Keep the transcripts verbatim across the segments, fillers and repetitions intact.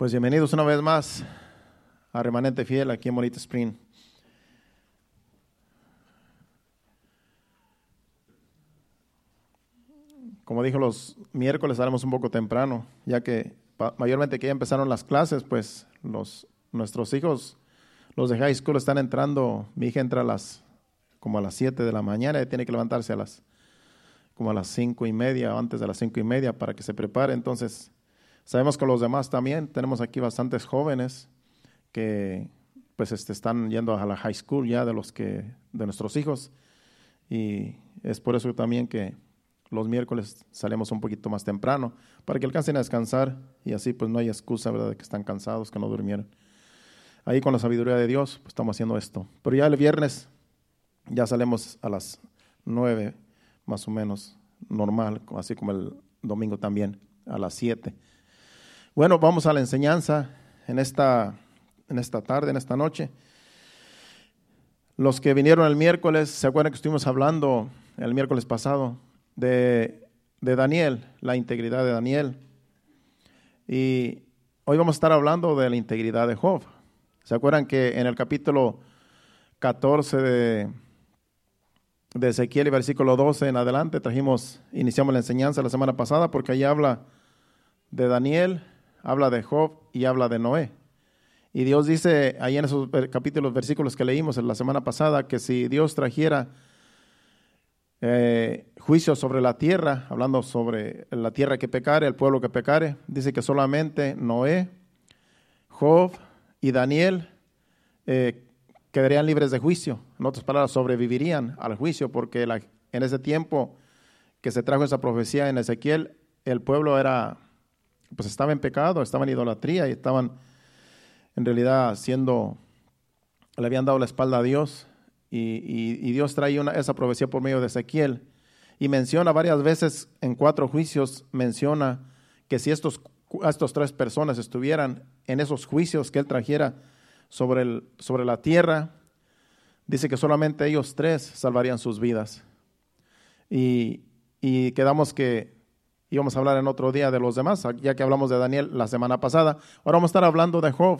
Pues bienvenidos una vez más a Remanente Fiel aquí en Bonita Spring. Como dijo, los miércoles haremos un poco temprano, ya que pa- mayormente que ya empezaron las clases, pues los nuestros hijos, los de high school, están entrando. Mi hija entra a las como a las siete de la mañana y tiene que levantarse a las como a las cinco y media o antes de las cinco y media para que se prepare. Entonces sabemos que los demás también, tenemos aquí bastantes jóvenes que pues este, están yendo a la high school ya de los que de nuestros hijos, y es por eso también que los miércoles salimos un poquito más temprano para que alcancen a descansar y así pues no hay excusa, ¿verdad?, de que están cansados, que no durmieron. Ahí con la sabiduría de Dios pues estamos haciendo esto. Pero ya el viernes ya salimos a las nueve más o menos, normal, así como el domingo también a las siete. Bueno, vamos a la enseñanza en esta, en esta tarde, en esta noche. Los que vinieron el miércoles, ¿se acuerdan que estuvimos hablando el miércoles pasado de, de Daniel, la integridad de Daniel? Y hoy vamos a estar hablando de la integridad de Job. ¿Se acuerdan que en el capítulo catorce de, de Ezequiel y versículo doce en adelante trajimos, iniciamos la enseñanza la semana pasada, porque ahí habla de Daniel, habla de Job y habla de Noé. Y Dios dice ahí en esos capítulos, versículos que leímos en la semana pasada, que si Dios trajera eh, juicio sobre la tierra, hablando sobre la tierra que pecare, el pueblo que pecare, dice que solamente Noé, Job y Daniel eh, quedarían libres de juicio. En otras palabras, sobrevivirían al juicio, porque la, en ese tiempo que se trajo esa profecía en Ezequiel, el pueblo era, pues estaba en pecado, estaba en idolatría y estaban en realidad siendo, le habían dado la espalda a Dios, y, y, y Dios trae una, esa profecía por medio de Ezequiel, y menciona varias veces en cuatro juicios, menciona que si estos, estos tres personas estuvieran en esos juicios que él trajera sobre, el, sobre la tierra, dice que solamente ellos tres salvarían sus vidas. Y, y quedamos que íbamos a hablar en otro día de los demás, ya que hablamos de Daniel la semana pasada. Ahora vamos a estar hablando de Job.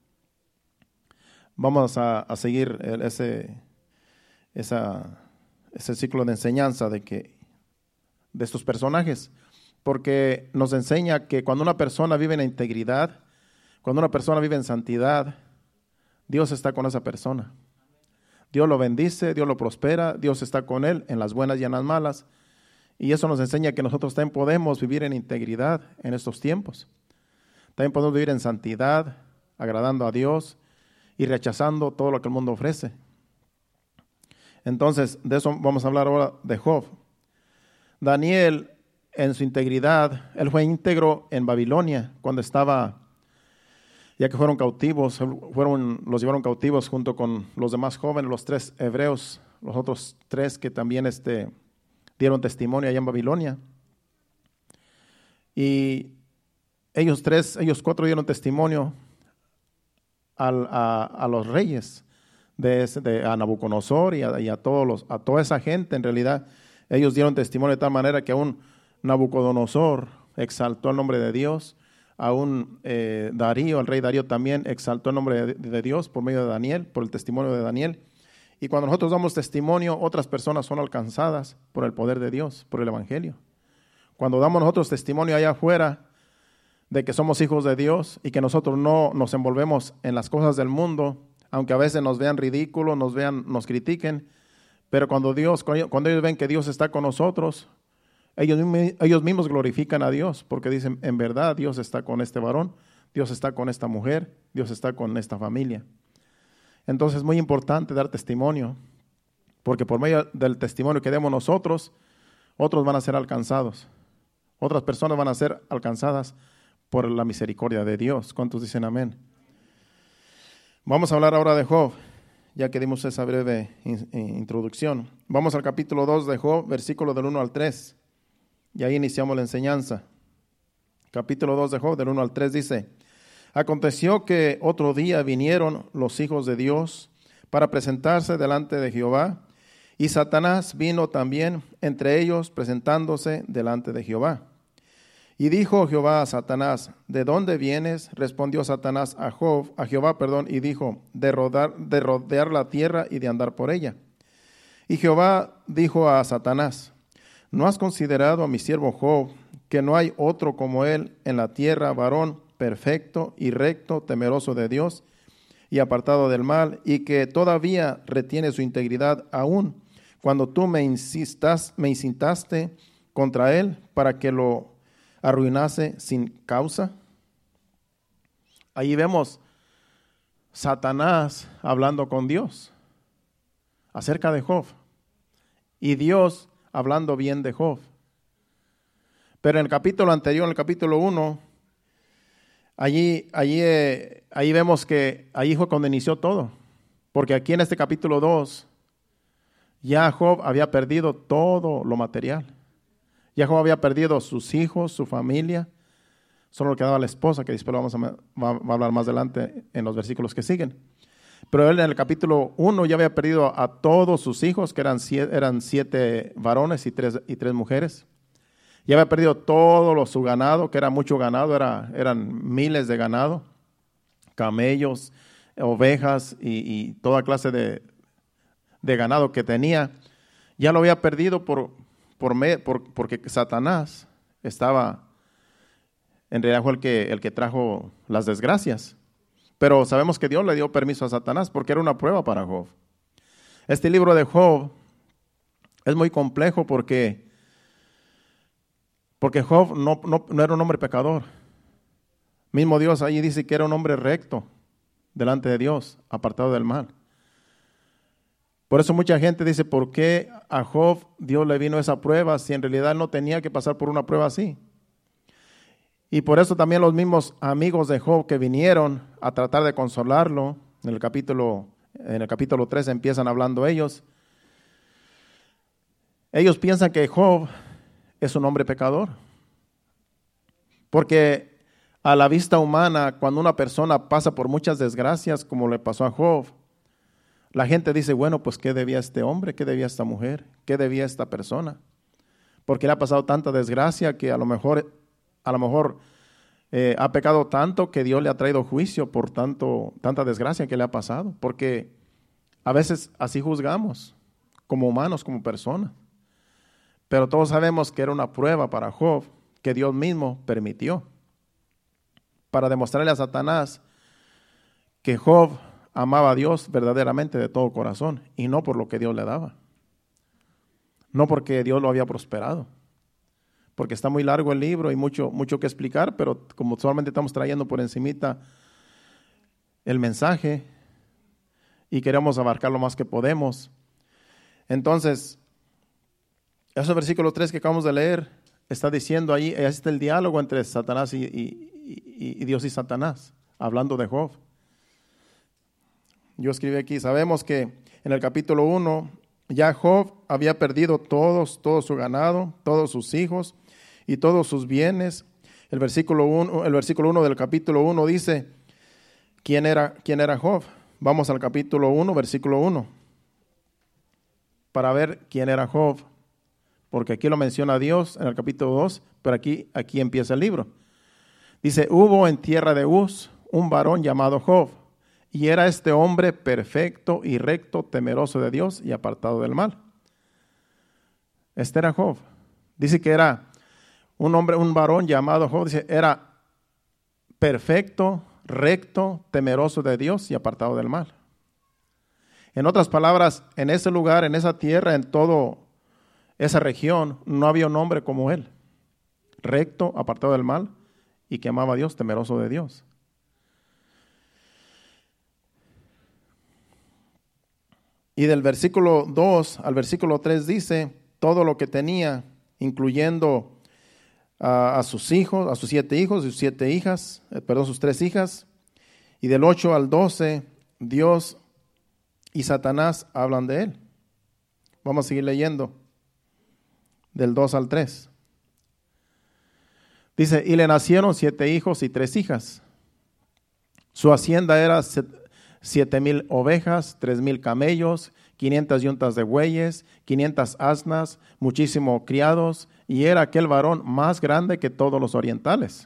Vamos a, a seguir ese, esa, ese ciclo de enseñanza de, que, de estos personajes, porque nos enseña que cuando una persona vive en integridad, cuando una persona vive en santidad, Dios está con esa persona. Dios lo bendice, Dios lo prospera, Dios está con él en las buenas y en las malas. Y eso nos enseña que nosotros también podemos vivir en integridad en estos tiempos. También podemos vivir en santidad, agradando a Dios y rechazando todo lo que el mundo ofrece. Entonces, de eso vamos a hablar ahora de Job. Daniel, en su integridad, él fue íntegro en Babilonia cuando estaba, ya que fueron cautivos, fueron, los llevaron cautivos junto con los demás jóvenes, los tres hebreos, los otros tres que también este, dieron testimonio allá en Babilonia. Y ellos tres, ellos cuatro dieron testimonio al, a, a los reyes de, de a Nabucodonosor y, a, y a, todos los, a toda esa gente. En realidad, ellos dieron testimonio de tal manera que aún Nabucodonosor exaltó el nombre de Dios. Aún eh, Darío, el rey Darío, también exaltó el nombre de, de Dios por medio de Daniel, por el testimonio de Daniel. Y cuando nosotros damos testimonio, otras personas son alcanzadas por el poder de Dios, por el evangelio. Cuando damos nosotros testimonio allá afuera de que somos hijos de Dios y que nosotros no nos envolvemos en las cosas del mundo, aunque a veces nos vean ridículos, nos vean, nos critiquen, pero cuando Dios, cuando ellos ven que Dios está con nosotros, ellos, ellos mismos glorifican a Dios, porque dicen, en verdad Dios está con este varón, Dios está con esta mujer, Dios está con esta familia. Entonces es muy importante dar testimonio, porque por medio del testimonio que demos nosotros, otros van a ser alcanzados, otras personas van a ser alcanzadas por la misericordia de Dios. ¿Cuántos dicen amén? Vamos a hablar ahora de Job, ya que dimos esa breve in- introducción. Vamos al capítulo dos de Job, versículo del uno al tres, y ahí iniciamos la enseñanza. Capítulo dos de Job, del uno al tres, dice: Aconteció que otro día vinieron los hijos de Dios para presentarse delante de Jehová, y Satanás vino también entre ellos presentándose delante de Jehová. Y dijo Jehová a Satanás, ¿de dónde vienes? Respondió Satanás a Job, a Jehová, perdón, y dijo, de, rodar, de rodear la tierra y de andar por ella. Y Jehová dijo a Satanás, ¿no has considerado a mi siervo Job, que no hay otro como él en la tierra, varón perfecto y recto, temeroso de Dios y apartado del mal, y que todavía retiene su integridad aún cuando tú me insistas, me incitaste contra él para que lo arruinase sin causa? Ahí vemos Satanás hablando con Dios acerca de Job y Dios hablando bien de Job. Pero en el capítulo anterior, en el capítulo uno, allí, allí, eh, ahí vemos que ahí fue cuando inició todo. Porque aquí en este capítulo dos, ya Job había perdido todo lo material. Ya Job había perdido sus hijos, su familia. Solo quedaba la esposa, que después lo vamos a, va a hablar más adelante en los versículos que siguen. Pero él en el capítulo uno ya había perdido a todos sus hijos, que eran siete, eran siete varones y tres, y tres mujeres. Ya había perdido todo lo, su ganado, que era mucho ganado, era, eran miles de ganado, camellos, ovejas y, y toda clase de, de ganado que tenía. Ya lo había perdido por, por, por, porque Satanás estaba, en realidad fue el que, el que trajo las desgracias. Pero sabemos que Dios le dio permiso a Satanás porque era una prueba para Job. Este libro de Job es muy complejo porque, porque Job no, no, no era un hombre pecador. Mismo Dios ahí dice que era un hombre recto delante de Dios, apartado del mal. Por eso mucha gente dice, ¿por qué a Job Dios le vino esa prueba si en realidad él no tenía que pasar por una prueba así? Y por eso también los mismos amigos de Job que vinieron a tratar de consolarlo, en el capítulo, en el capítulo tres empiezan hablando ellos. Ellos piensan que Job es un hombre pecador. Porque a la vista humana, cuando una persona pasa por muchas desgracias, como le pasó a Job, la gente dice, bueno, pues ¿qué debía este hombre? ¿Qué debía esta mujer? ¿Qué debía esta persona? Porque le ha pasado tanta desgracia que a lo mejor, a lo mejor eh, ha pecado tanto que Dios le ha traído juicio por tanto, tanta desgracia que le ha pasado. Porque a veces así juzgamos, como humanos, como personas. Pero todos sabemos que era una prueba para Job que Dios mismo permitió para demostrarle a Satanás que Job amaba a Dios verdaderamente de todo corazón y no por lo que Dios le daba. No porque Dios lo había prosperado. Porque está muy largo el libro y mucho, mucho que explicar, pero como solamente estamos trayendo por encimita el mensaje y queremos abarcar lo más que podemos. Entonces, esos versículos tres que acabamos de leer, está diciendo ahí, ahí está el diálogo entre Satanás y, y, y, y Dios y Satanás, hablando de Job. Yo escribí aquí, sabemos que en el capítulo uno, ya Job había perdido todos, todo su ganado, todos sus hijos y todos sus bienes. El versículo uno, el versículo uno del capítulo uno dice, ¿quién era, quién era Job? Vamos al capítulo uno, versículo uno, para ver quién era Job. Porque aquí lo menciona Dios en el capítulo dos, pero aquí, aquí empieza el libro. Dice, hubo en tierra de Uz un varón llamado Job, y era este hombre perfecto y recto, temeroso de Dios y apartado del mal. Este era Job. Dice que era un hombre, un varón llamado Job, dice, era perfecto, recto, temeroso de Dios y apartado del mal. En otras palabras, en ese lugar, en esa tierra, en todo esa región, no había un hombre como él, recto, apartado del mal y que amaba a Dios, temeroso de Dios. Y del versículo dos al versículo tres dice, todo lo que tenía, incluyendo a, a sus hijos, a sus siete hijos y sus siete hijas, eh, perdón, sus tres hijas. Y del ocho al doce, Dios y Satanás hablan de él. Vamos a seguir leyendo. Del dos al tres. Dice, y le nacieron siete hijos y tres hijas. Su hacienda era siete mil ovejas, tres mil camellos, quinientas yuntas de bueyes, quinientas asnas, muchísimos criados, y era aquel varón más grande que todos los orientales.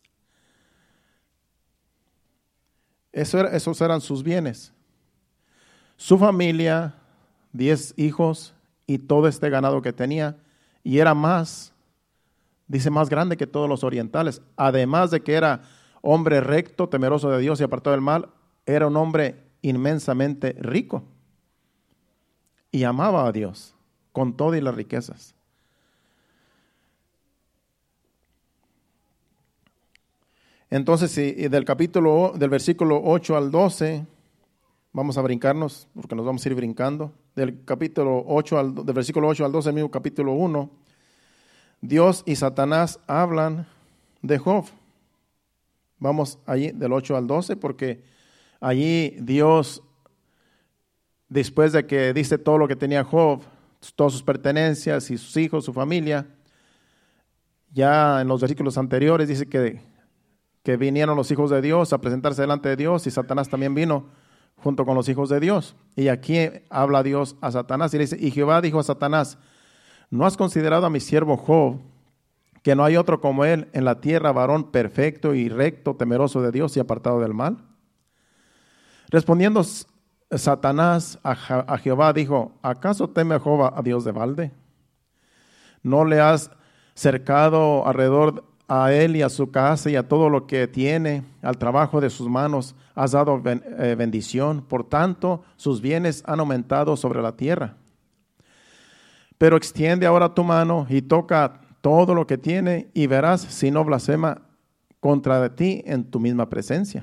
Eso era, esos eran sus bienes. Su familia, diez hijos y todo este ganado que tenía, y era más, dice, más grande que todos los orientales. Además de que era hombre recto, temeroso de Dios y apartado del mal, era un hombre inmensamente rico y amaba a Dios con todo y las riquezas. Entonces, si del capítulo, del versículo ocho al doce, vamos a brincarnos, porque nos vamos a ir brincando. Del capítulo ocho al, del versículo ocho al doce, el mismo capítulo uno, Dios y Satanás hablan de Job. Vamos allí del ocho al doce, porque allí Dios, después de que dice todo lo que tenía Job, todas sus pertenencias y sus hijos, su familia, ya en los versículos anteriores dice que, que vinieron los hijos de Dios a presentarse delante de Dios, y Satanás también vino junto con los hijos de Dios. Y aquí habla Dios a Satanás y le dice, y Jehová dijo a Satanás, ¿no has considerado a mi siervo Job, que no hay otro como él en la tierra, varón perfecto y recto, temeroso de Dios y apartado del mal? Respondiendo Satanás a Jehová dijo, ¿acaso teme Job a Dios de balde? ¿No le has cercado alrededor a él y a su casa y a todo lo que tiene, al trabajo de sus manos has dado bendición? Por tanto, sus bienes han aumentado sobre la tierra. Pero extiende ahora tu mano y toca todo lo que tiene, y verás si no blasfema contra ti en tu misma presencia.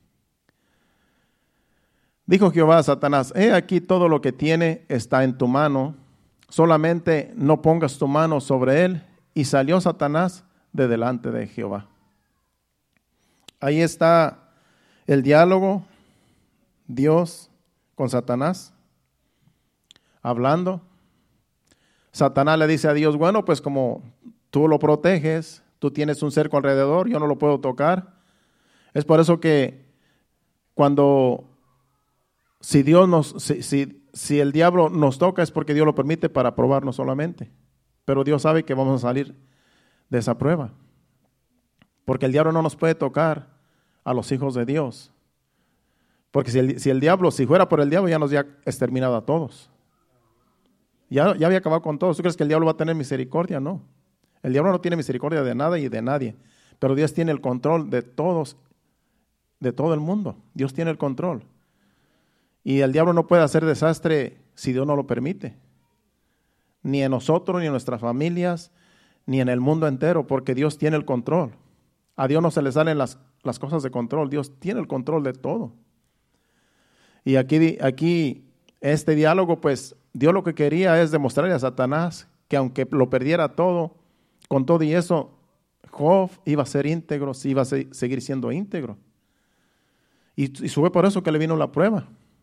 Dijo Jehová a Satanás, he aquí todo lo que tiene está en tu mano, solamente no pongas tu mano sobre él. Y salió Satanás de delante de Jehová. Ahí está el diálogo, Dios con Satanás, hablando. Satanás le dice a Dios, bueno, pues como tú lo proteges, tú tienes un cerco alrededor, yo no lo puedo tocar. Es por eso que cuando, si Dios nos, si, si, si el diablo nos toca, es porque Dios lo permite para probarnos solamente. Pero Dios sabe que vamos a salir de esa prueba. Porque el diablo no nos puede tocar a los hijos de Dios. Porque si el, si el diablo, si fuera por el diablo, ya nos había exterminado a todos. Ya, ya había acabado con todos. ¿Tú crees que el diablo va a tener misericordia? No. El diablo no tiene misericordia de nada y de nadie. Pero Dios tiene el control de todos, de todo el mundo. Dios tiene el control. Y el diablo no puede hacer desastre si Dios no lo permite. Ni en nosotros, ni en nuestras familias, ni en el mundo entero, porque Dios tiene el control. A Dios no se le salen las, las cosas de control. Dios tiene el control de todo. Y aquí, aquí este diálogo, pues, Dios lo que quería es demostrarle a Satanás que aunque lo perdiera todo, con todo y eso, Job iba a ser íntegro, iba a seguir siendo íntegro. Y, y fue por eso que le vino la prueba.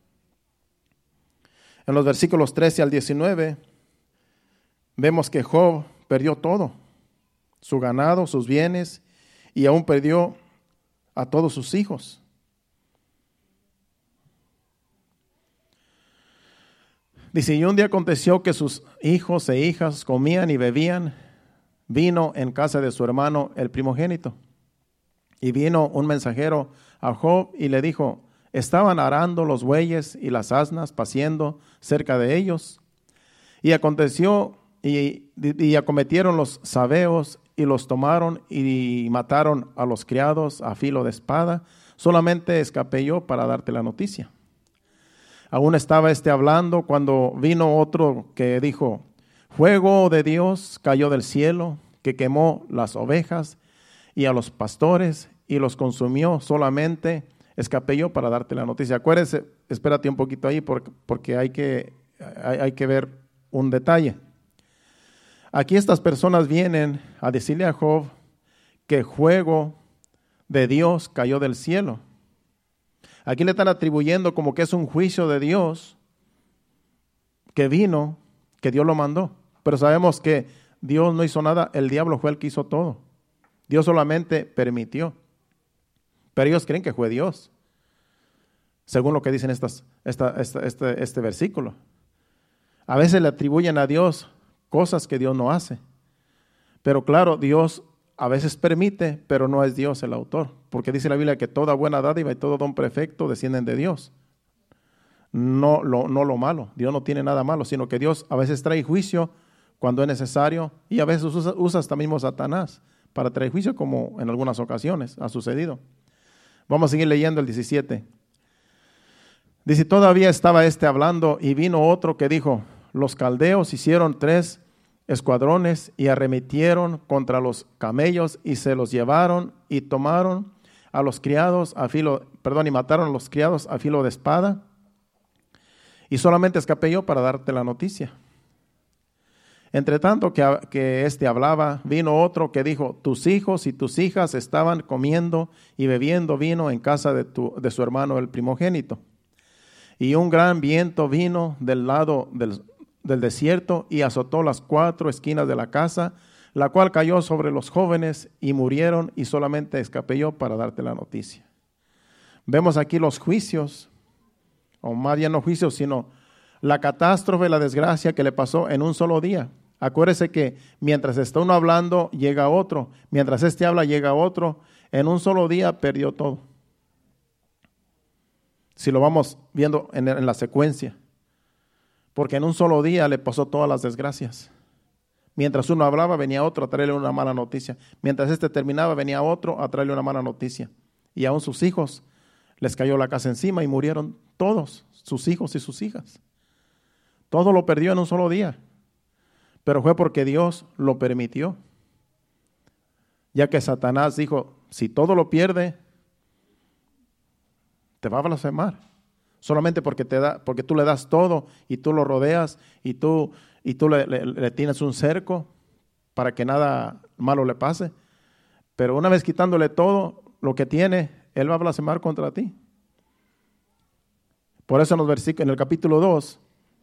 En los versículos trece al diecinueve, vemos que Job perdió todo, su ganado, sus bienes, y aún perdió a todos sus hijos. Dice, y un día aconteció que sus hijos e hijas comían y bebían vino en casa de su hermano el primogénito. Y vino un mensajero a Job y le dijo, estaban arando los bueyes y las asnas paciendo cerca de ellos. Y aconteció y, y acometieron los sabeos y los tomaron y mataron a los criados a filo de espada. Solamente escapé yo para darte la noticia. Aún estaba este hablando cuando vino otro que dijo, fuego de Dios cayó del cielo, que quemó las ovejas y a los pastores y los consumió. Solamente escapé yo para darte la noticia. Acuérdese, espérate un poquito ahí porque, porque hay, que, hay, hay que ver un detalle. Aquí estas personas vienen a decirle a Job que fuego de Dios cayó del cielo. Aquí le están atribuyendo como que es un juicio de Dios que vino, que Dios lo mandó. Pero sabemos que Dios no hizo nada, el diablo fue el que hizo todo. Dios solamente permitió. Pero ellos creen que fue Dios, según lo que dicen estas, esta, esta, este, este versículo. A veces le atribuyen a Dios cosas que Dios no hace. Pero claro, Dios a veces permite, pero no es Dios el autor. Porque dice la Biblia que toda buena dádiva y todo don perfecto descienden de Dios. No lo, no lo malo. Dios no tiene nada malo, sino que Dios a veces trae juicio cuando es necesario y a veces usa, usa hasta mismo Satanás para traer juicio, como en algunas ocasiones ha sucedido. Vamos a seguir leyendo el diecisiete. Dice, todavía estaba este hablando y vino otro que dijo, los caldeos hicieron tres escuadrones y arremetieron contra los camellos y se los llevaron y tomaron a los criados a filo, perdón, y mataron a los criados a filo de espada. Y solamente escapé yo para darte la noticia. Entre tanto que, que éste hablaba, vino otro que dijo, tus hijos y tus hijas estaban comiendo y bebiendo vino en casa de, tu, de su hermano el primogénito. Y un gran viento vino del lado del, del desierto y azotó las cuatro esquinas de la casa, la cual cayó sobre los jóvenes y murieron, y solamente escapé yo para darte la noticia. Vemos aquí los juicios, o más bien no juicios, sino la catástrofe, la desgracia que le pasó en un solo día. Acuérdese que mientras está uno hablando, llega otro. Mientras este habla, llega otro. En un solo día perdió todo. Si lo vamos viendo en, en la secuencia. Porque en un solo día le pasó todas las desgracias. Mientras uno hablaba, venía otro a traerle una mala noticia. Mientras este terminaba, venía otro a traerle una mala noticia. Y aún sus hijos les cayó la casa encima y murieron todos, sus hijos y sus hijas. Todo lo perdió en un solo día. Pero fue porque Dios lo permitió. Ya que Satanás dijo, si todo lo pierde, te va a blasfemar. Solamente porque, te da, porque tú le das todo y tú lo rodeas y tú, y tú le, le, le tienes un cerco para que nada malo le pase. Pero una vez quitándole todo lo que tiene, él va a blasfemar contra ti. Por eso en los versículos, en el capítulo dos,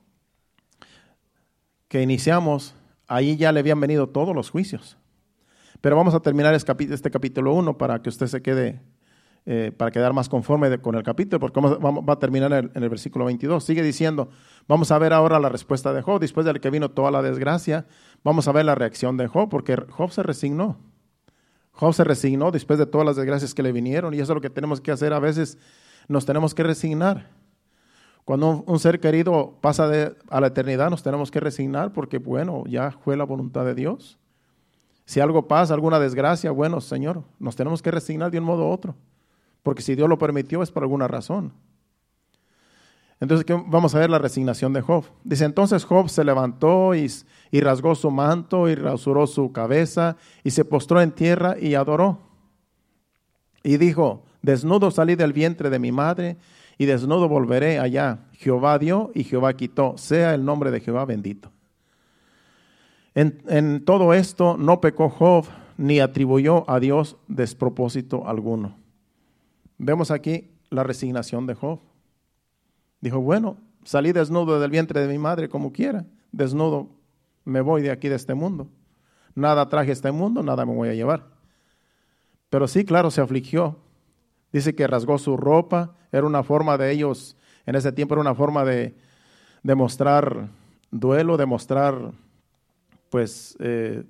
que iniciamos, ahí ya le habían venido todos los juicios. Pero vamos a terminar este capítulo uno para que usted se quede, eh, para quedar más conforme de, con el capítulo, porque vamos, vamos, va a terminar en el, en el versículo veintidós. Sigue diciendo, vamos a ver ahora la respuesta de Job. Después de que vino toda la desgracia, vamos a ver la reacción de Job, porque Job se resignó. Job se resignó después de todas las desgracias que le vinieron, y eso es lo que tenemos que hacer. A veces nos tenemos que resignar. Cuando un, un ser querido pasa de, a la eternidad, nos tenemos que resignar porque, bueno, ya fue la voluntad de Dios. Si algo pasa, alguna desgracia, bueno, Señor, nos tenemos que resignar de un modo u otro. Porque si Dios lo permitió es por alguna razón. Entonces, ¿qué? Vamos a ver la resignación de Job. Dice, entonces Job se levantó y, y rasgó su manto y rasuró su cabeza y se postró en tierra y adoró. Y dijo, desnudo salí del vientre de mi madre y desnudo volveré allá. Jehová dio y Jehová quitó. Sea el nombre de Jehová bendito. En, en todo esto no pecó Job ni atribuyó a Dios despropósito alguno. Vemos aquí la resignación de Job. Dijo, bueno, salí desnudo del vientre de mi madre como quiera. Desnudo me voy de aquí, de este mundo. Nada traje a este mundo, nada me voy a llevar. Pero sí, claro, se afligió. Dice que rasgó su ropa. Era una forma de ellos, en ese tiempo era una forma de, de mostrar duelo, de mostrar, pues, eh,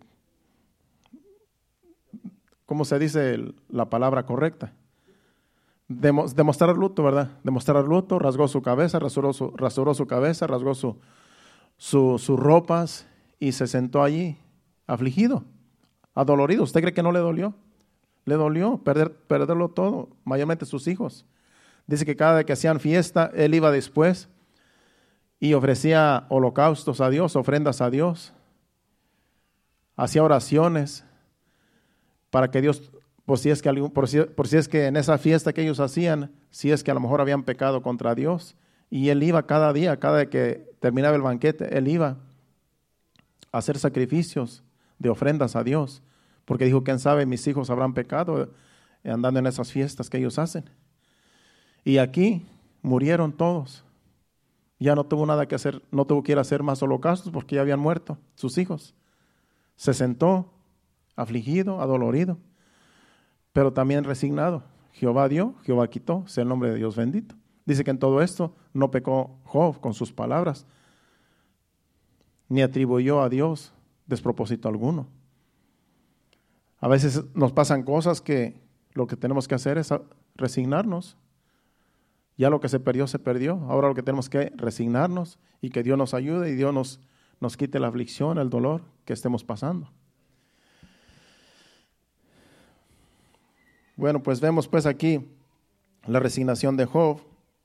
¿cómo se dice el, la palabra correcta? De, de mostrar luto, ¿verdad? De mostrar luto, rasgó su cabeza, rasuró su, rasuró su cabeza, rasgó su, su, sus ropas y se sentó allí afligido, adolorido. ¿Usted cree que no le dolió? Le dolió perder, perderlo todo, mayormente sus hijos. Dice que cada vez que hacían fiesta, él iba después y ofrecía holocaustos a Dios, ofrendas a Dios. Hacía oraciones para que Dios, por si, es que algún, por, si, por si es que en esa fiesta que ellos hacían, si es que a lo mejor habían pecado contra Dios. Y él iba cada día, cada vez que terminaba el banquete, él iba a hacer sacrificios de ofrendas a Dios. Porque dijo, quién sabe, mis hijos habrán pecado andando en esas fiestas que ellos hacen. Y aquí murieron todos. Ya no tuvo nada que hacer, no tuvo que ir a hacer más holocaustos porque ya habían muerto sus hijos. Se sentó afligido, adolorido, pero también resignado. Jehová dio, Jehová quitó, sea el nombre de Dios bendito. Dice que en todo esto no pecó Job con sus palabras, ni atribuyó a Dios despropósito alguno. A veces nos pasan cosas que lo que tenemos que hacer es resignarnos. Ya lo que se perdió, se perdió. Ahora lo que tenemos que resignarnos y que Dios nos ayude y Dios nos, nos quite la aflicción, el dolor que estemos pasando. Bueno, pues vemos pues aquí la resignación de Job.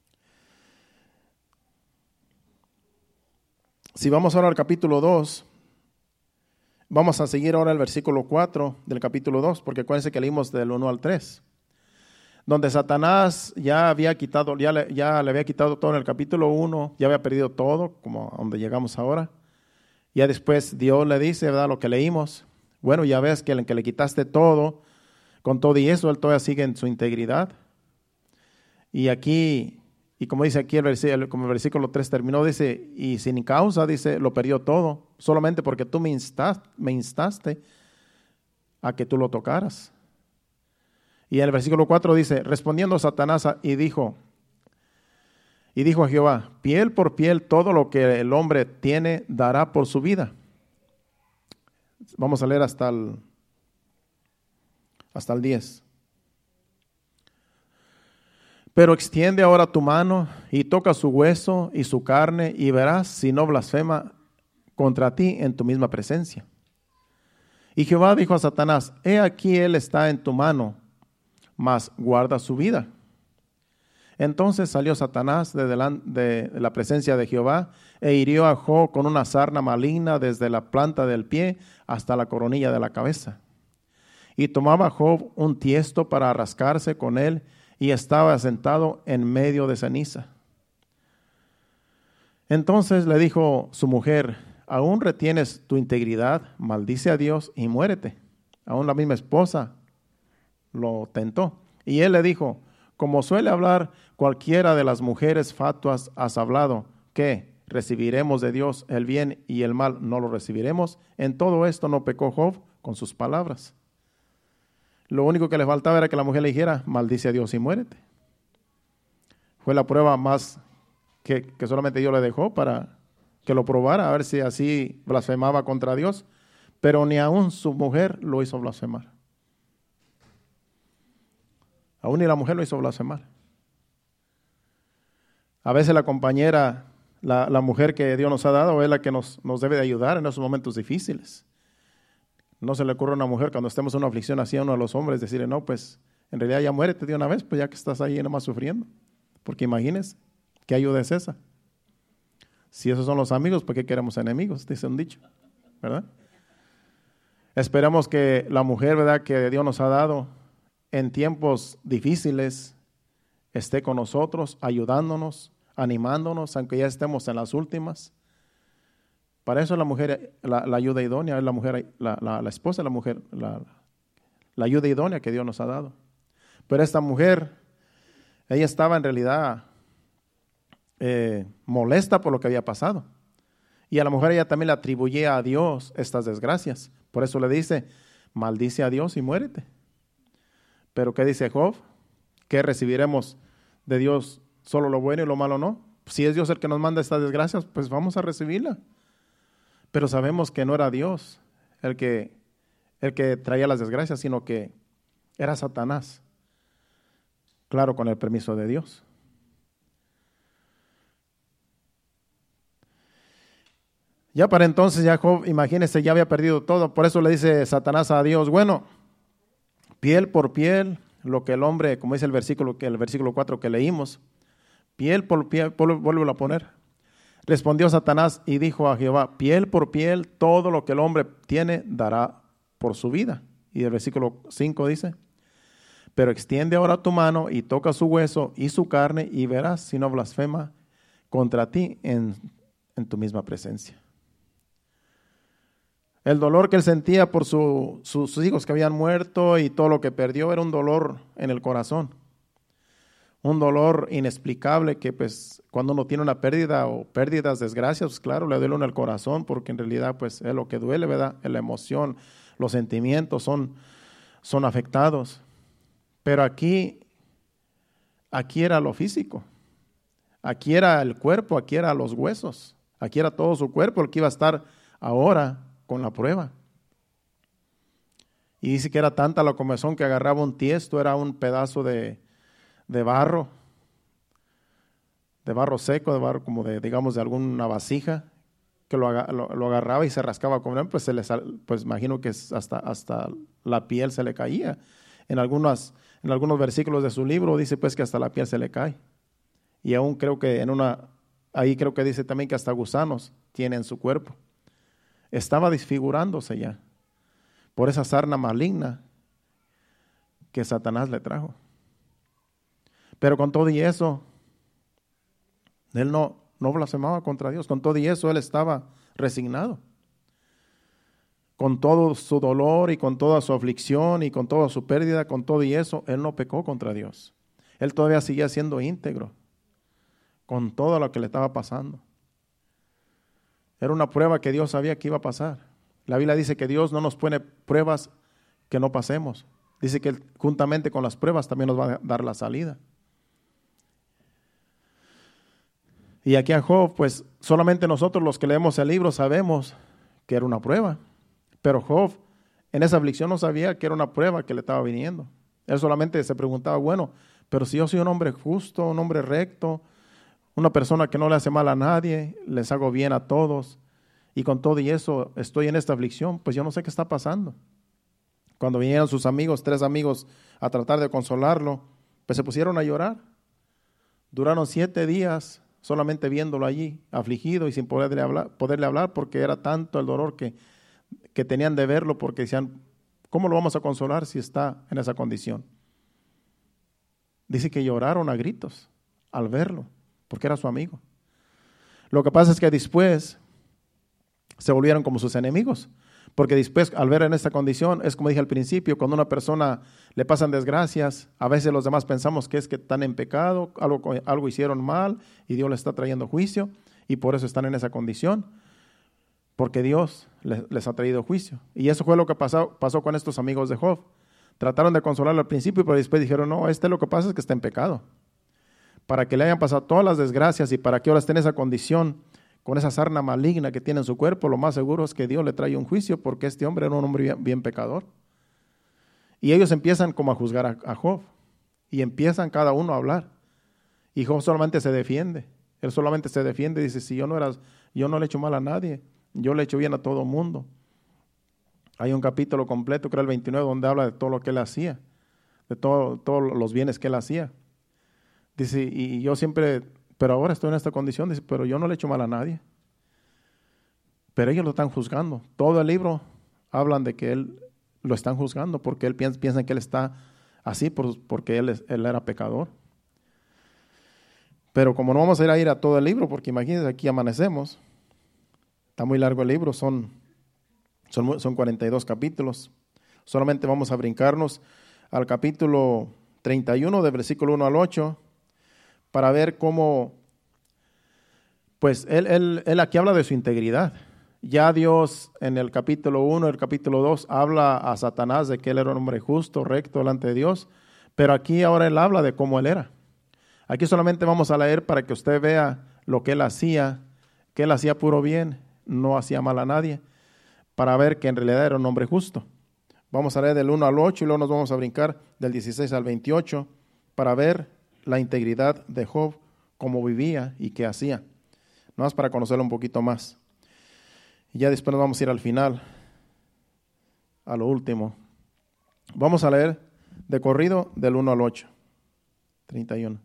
Si vamos ahora al capítulo dos, vamos a seguir ahora el versículo cuatro del capítulo dos, porque acuérdense que leímos del uno al tres, donde Satanás ya había quitado, ya le, ya le había quitado todo en el capítulo uno, ya había perdido todo, como a donde llegamos ahora. Ya después Dios le dice, ¿verdad?, lo que leímos. Bueno, ya ves que el que le quitaste todo, con todo y eso, él todavía sigue en su integridad. Y aquí, y como dice aquí el versículo, como el versículo tres terminó, dice, y sin causa, dice, lo perdió todo, solamente porque tú me instaste, me instaste a que tú lo tocaras. Y en el versículo cuatro dice, respondiendo Satanás y dijo, y dijo a Jehová, piel por piel todo lo que el hombre tiene dará por su vida. Vamos a leer hasta el, hasta el diez. Pero extiende ahora tu mano y toca su hueso y su carne y verás si no blasfema contra ti en tu misma presencia. Y Jehová dijo a Satanás, he aquí él está en tu mano, mas guarda su vida. Entonces salió Satanás de, delante de la presencia de Jehová e hirió a Job con una sarna maligna desde la planta del pie hasta la coronilla de la cabeza. Y tomaba Job un tiesto para rascarse con él y estaba sentado en medio de ceniza. Entonces le dijo su mujer, ¿aún retienes tu integridad? Maldice a Dios y muérete. Aún la misma esposa lo tentó. Y él le dijo, como suele hablar cualquiera de las mujeres fatuas, has hablado, ¿qué? ¿Recibiremos de Dios el bien y el mal no lo recibiremos? En todo esto no pecó Job con sus palabras. Lo único que le faltaba era que la mujer le dijera, maldice a Dios y muérete. Fue la prueba más que, que solamente Dios le dejó para que lo probara, a ver si así blasfemaba contra Dios. Pero ni aún su mujer lo hizo blasfemar. Aún ni la mujer lo hizo blasfemar. A veces la compañera, la, la mujer que Dios nos ha dado, es la que nos, nos debe de ayudar en esos momentos difíciles. No se le ocurre a una mujer cuando estemos en una aflicción así a uno de los hombres decirle, no, pues en realidad ya muérete de una vez, pues ya que estás ahí nomás sufriendo. Porque imagínense, ¿qué ayuda es esa? Si esos son los amigos, ¿por qué queremos enemigos? Dice un dicho, ¿verdad? Esperamos que la mujer, ¿verdad?, que Dios nos ha dado en tiempos difíciles esté con nosotros, ayudándonos, animándonos, aunque ya estemos en las últimas. Para eso la mujer, la, la ayuda idónea, es la mujer, la, la, la esposa, la mujer, la, la ayuda idónea que Dios nos ha dado. Pero esta mujer, ella estaba en realidad eh, molesta por lo que había pasado. Y a la mujer ella también le atribuía a Dios estas desgracias. Por eso le dice, maldice a Dios y muérete. Pero ¿qué dice Job? ¿Qué recibiremos de Dios? ¿Solo lo bueno y lo malo no? Si es Dios el que nos manda estas desgracias, pues vamos a recibirla. Pero sabemos que no era Dios el que, el que traía las desgracias, sino que era Satanás. Claro, con el permiso de Dios. Ya para entonces, ya Job, imagínense, ya había perdido todo. Por eso le dice Satanás a Dios, bueno, piel por piel, lo que el hombre, como dice el versículo, que el versículo cuatro que leímos, piel por piel, vuelvo a poner. Respondió Satanás y dijo a Jehová, piel por piel, todo lo que el hombre tiene dará por su vida. Y el versículo cinco dice, pero extiende ahora tu mano y toca su hueso y su carne y verás si no blasfema contra ti en, en tu misma presencia. El dolor que él sentía por su, su, sus hijos que habían muerto y todo lo que perdió era un dolor en el corazón. Un dolor inexplicable que pues cuando uno tiene una pérdida o pérdidas, desgracias, pues claro, le duele uno el corazón porque en realidad pues es lo que duele, ¿verdad? Es la emoción, los sentimientos son, son afectados. Pero aquí, aquí era lo físico, aquí era el cuerpo, aquí era los huesos, Aquí era todo su cuerpo el que iba a estar ahora con la prueba. Y dice que era tanta la comezón que agarraba un tiesto, era un pedazo de, de barro, de barro seco, de barro como de, digamos, de alguna vasija, que lo, lo, lo agarraba y se rascaba con él, pues se le sal, pues imagino que hasta, hasta la piel se le caía. En, algunas, en algunos versículos de su libro dice pues que hasta la piel se le cae. Y aún creo que en una, ahí creo que dice también que hasta gusanos tiene en su cuerpo. Estaba desfigurándose ya por esa sarna maligna que Satanás le trajo. Pero con todo y eso, él no, no blasfemaba contra Dios. Con todo y eso, él estaba resignado. Con todo su dolor y con toda su aflicción y con toda su pérdida, con todo y eso, él no pecó contra Dios. Él todavía seguía siendo íntegro con todo lo que le estaba pasando. Era una prueba que Dios sabía que iba a pasar. La Biblia dice que Dios no nos pone pruebas que no pasemos. Dice que Él, juntamente con las pruebas, también nos va a dar la salida. Y aquí a Job, pues solamente nosotros los que leemos el libro sabemos que era una prueba. Pero Job en esa aflicción no sabía que era una prueba que le estaba viniendo. Él solamente se preguntaba, bueno, pero si yo soy un hombre justo, un hombre recto, una persona que no le hace mal a nadie, les hago bien a todos, y con todo y eso estoy en esta aflicción, pues yo no sé qué está pasando. Cuando vinieron sus amigos, tres amigos, a tratar de consolarlo, pues se pusieron a llorar. Duraron siete días solamente viéndolo allí, afligido y sin poderle hablar, poderle hablar porque era tanto el dolor que, que tenían de verlo, porque decían, ¿cómo lo vamos a consolar si está en esa condición? Dice que lloraron a gritos al verlo, porque era su amigo. Lo que pasa es que después se volvieron como sus enemigos, porque después al ver en esta condición, es como dije al principio, cuando a una persona le pasan desgracias, a veces los demás pensamos que es que están en pecado, algo, algo hicieron mal y Dios les está trayendo juicio y por eso están en esa condición, porque Dios les, les ha traído juicio. Y eso fue lo que pasó, pasó con estos amigos de Job. Trataron de consolarlo al principio, pero después dijeron, no, este lo que pasa es que está en pecado. Para que le hayan pasado todas las desgracias y para que ahora esté en esa condición, con esa sarna maligna que tiene en su cuerpo, lo más seguro es que Dios le trae un juicio porque este hombre era un hombre bien, bien pecador. Y ellos empiezan como a juzgar a, a Job y empiezan cada uno a hablar. Y Job solamente se defiende. Él solamente se defiende y dice, si yo no era, yo no le he hecho mal a nadie, yo le he hecho bien a todo mundo. Hay un capítulo completo, creo el veintinueve, donde habla de todo lo que él hacía, de todo, todos los bienes que él hacía. Dice, y yo siempre, pero ahora estoy en esta condición, dice, pero yo no le he hecho mal a nadie. Pero ellos lo están juzgando. Todo el libro hablan de que él lo están juzgando porque él piensa, piensan que él está así por, porque él, es, él era pecador. Pero como no vamos a ir a ir a todo el libro, porque imagínense, aquí amanecemos, está muy largo el libro, son, son, son cuarenta y dos capítulos. Solamente vamos a brincarnos al capítulo treinta y uno, del versículo uno al ocho, para ver cómo, pues él, él, él aquí habla de su integridad. Ya Dios en el capítulo uno, el capítulo dos, habla a Satanás de que él era un hombre justo, recto delante de Dios, pero aquí ahora él habla de cómo él era. Aquí solamente vamos a leer para que usted vea lo que él hacía, que él hacía puro bien, no hacía mal a nadie, para ver que en realidad era un hombre justo. Vamos a leer del uno al ocho y luego nos vamos a brincar del dieciséis al veintiocho para ver la integridad de Job, cómo vivía y qué hacía. No más para conocerlo un poquito más. Y ya después nos vamos a ir al final, a lo último. Vamos a leer de corrido del uno al ocho, treinta y uno.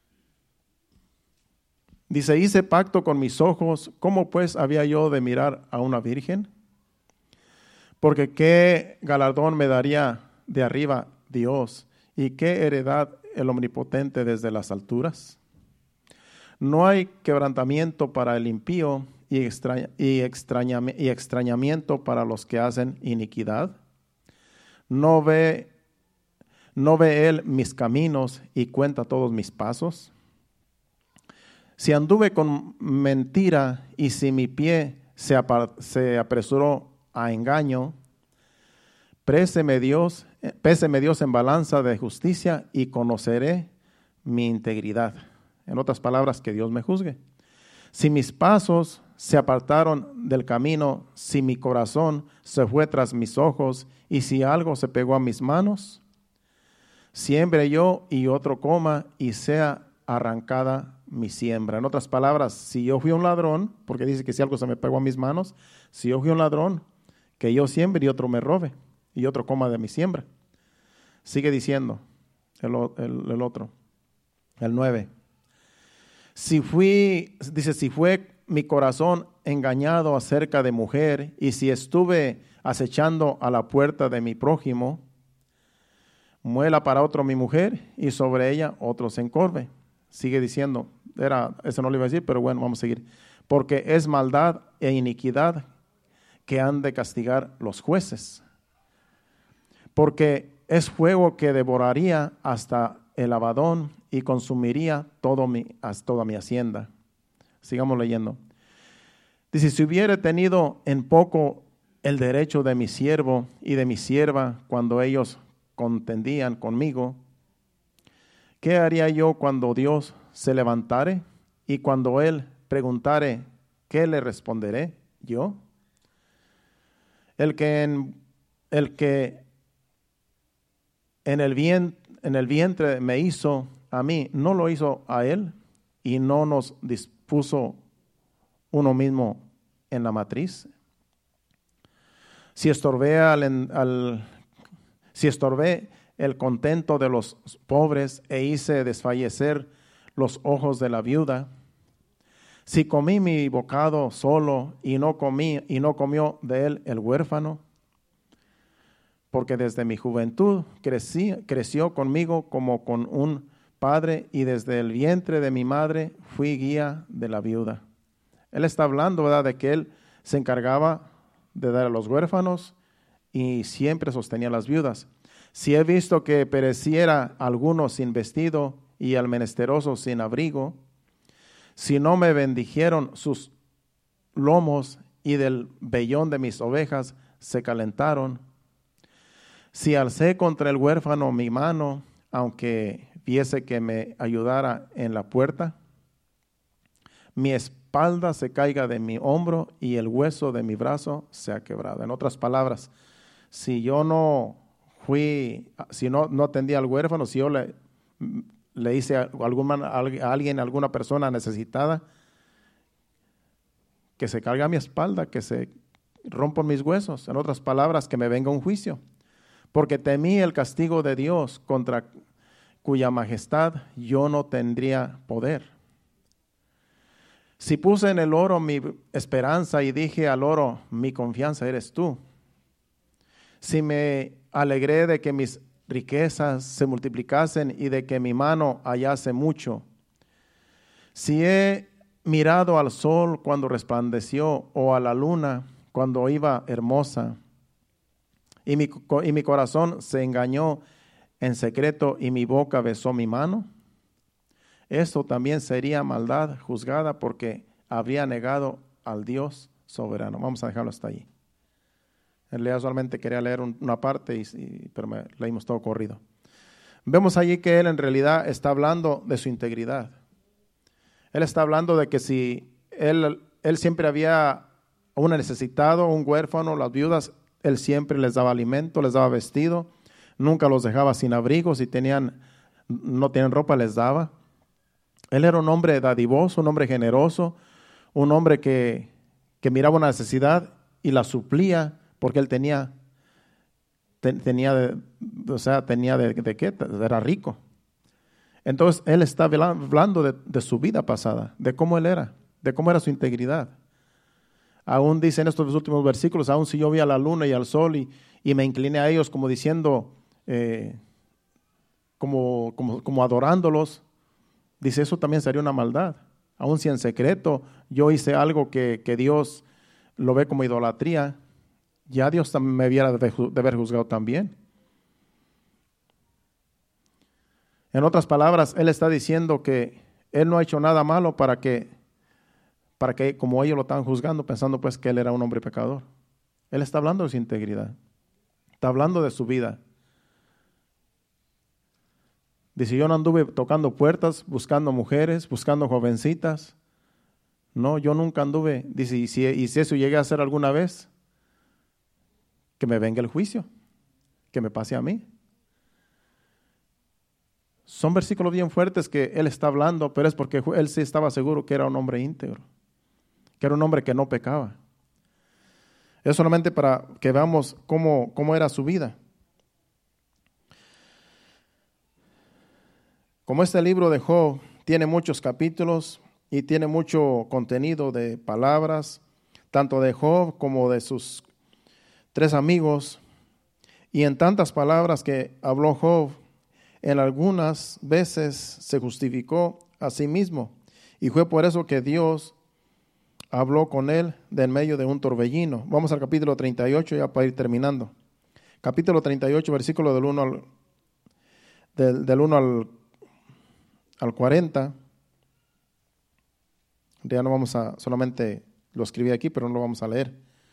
Dice, hice pacto con mis ojos, ¿cómo pues había yo de mirar a una virgen? Porque qué galardón me daría de arriba Dios y qué heredad el Omnipotente desde las alturas. No hay quebrantamiento para el impío y, extraña, y, extraña, y extrañamiento para los que hacen iniquidad. No ve, no ve él mis caminos y cuenta todos mis pasos. Si anduve con mentira y si mi pie se, apar, se apresuró a engaño, péseme Dios, péseme Dios en balanza de justicia y conoceré mi integridad. En otras palabras, que Dios me juzgue. Si mis pasos se apartaron del camino, si mi corazón se fue tras mis ojos y si algo se pegó a mis manos, siembre yo y otro coma y sea arrancada mi siembra. En otras palabras, si yo fui un ladrón, porque dice que si algo se me pegó a mis manos, si yo fui un ladrón, que yo siembre y otro me robe y otro coma de mi siembra. Sigue diciendo el, el, el otro, el nueve. Si fui, dice, si fue mi corazón engañado acerca de mujer y si estuve acechando a la puerta de mi prójimo, muela para otro mi mujer y sobre ella otro se encorve. Sigue diciendo, era, eso no lo iba a decir, pero bueno, vamos a seguir. Porque es maldad e iniquidad que han de castigar los jueces. Porque es fuego que devoraría hasta el abadón y consumiría todo mi, toda mi hacienda. Sigamos leyendo. Dice, si hubiera tenido en poco el derecho de mi siervo y de mi sierva cuando ellos contendían conmigo, ¿qué haría yo cuando Dios se levantare y cuando Él preguntare, ¿qué le responderé yo? El que en, el que en el vientre, en el vientre me hizo a mí, ¿no lo hizo a Él? Y no nos dispuso uno mismo en la matriz. Si estorbé al, al si estorbé el contento de los pobres e hice desfallecer los ojos de la viuda, si comí mi bocado solo y no comí y no comió de él el huérfano, porque desde mi juventud crecí, creció conmigo como con un padre y desde el vientre de mi madre fui guía de la viuda. Él está hablando, ¿verdad?, de que él se encargaba de dar a los huérfanos y siempre sostenía a las viudas. Si he visto que pereciera alguno sin vestido y al menesteroso sin abrigo, si no me bendijeron sus lomos y del vellón de mis ovejas se calentaron, si alcé contra el huérfano mi mano, aunque viese que me ayudara en la puerta, mi espalda se caiga de mi hombro y el hueso de mi brazo se ha quebrado. En otras palabras, si yo no fui, si no, no atendí al huérfano, si yo le, le hice a, alguna, a alguien, a alguna persona necesitada, que se caiga mi espalda, que se rompan mis huesos. En otras palabras, que me venga un juicio. Porque temí el castigo de Dios, contra cuya majestad yo no tendría poder. Si puse en el oro mi esperanza y dije al oro, mi confianza eres tú. Si me alegré de que mis riquezas se multiplicasen y de que mi mano hallase mucho. Si he mirado al sol cuando resplandeció o a la luna cuando iba hermosa, y mi, y mi corazón se engañó en secreto y mi boca besó mi mano, esto también sería maldad juzgada porque habría negado al Dios soberano. Vamos a dejarlo hasta ahí. En realidad solamente quería leer un, una parte, y, y, pero me, leímos todo corrido. Vemos allí que él en realidad está hablando de su integridad. Él está hablando de que si él, él siempre había un necesitado, un huérfano, las viudas, él siempre les daba alimento, les daba vestido, nunca los dejaba sin abrigo, si tenían, no tenían ropa les daba. Él era un hombre dadivoso, un hombre generoso, un hombre que, que miraba una necesidad y la suplía porque él tenía, ten, tenía, de, o sea, tenía de, de qué, era rico. Entonces él está hablando de, de su vida pasada, de cómo él era, de cómo era su integridad. Aún dice en estos últimos versículos, aún si yo vi a la luna y al sol y, y me incliné a ellos como diciendo, eh, como, como, como adorándolos, dice, eso también sería una maldad. Aún si en secreto yo hice algo que, que Dios lo ve como idolatría, ya Dios me debiera de haber juzgado también. En otras palabras, Él está diciendo que Él no ha hecho nada malo para que, para que como ellos lo están juzgando, pensando pues que Él era un hombre pecador. Él está hablando de su integridad. Está hablando de su vida. Dice, yo no anduve tocando puertas, buscando mujeres, buscando jovencitas. No, yo nunca anduve. Dice, y si, y si eso llegué a hacer alguna vez, que me venga el juicio, que me pase a mí. Son versículos bien fuertes que él está hablando, pero es porque él sí estaba seguro que era un hombre íntegro, que era un hombre que no pecaba. Es solamente para que veamos cómo, cómo era su vida. Como este libro de Job tiene muchos capítulos y tiene mucho contenido de palabras, tanto de Job como de sus tres amigos, y en tantas palabras que habló Job, en algunas veces se justificó a sí mismo, y fue por eso que Dios habló con él de en medio de un torbellino. Vamos al capítulo treinta y ocho ya para ir terminando. Capítulo treinta y ocho, versículo del uno al, del, del uno al, al cuarenta. Ya no vamos a, solamente lo escribí aquí, pero no lo vamos a leer.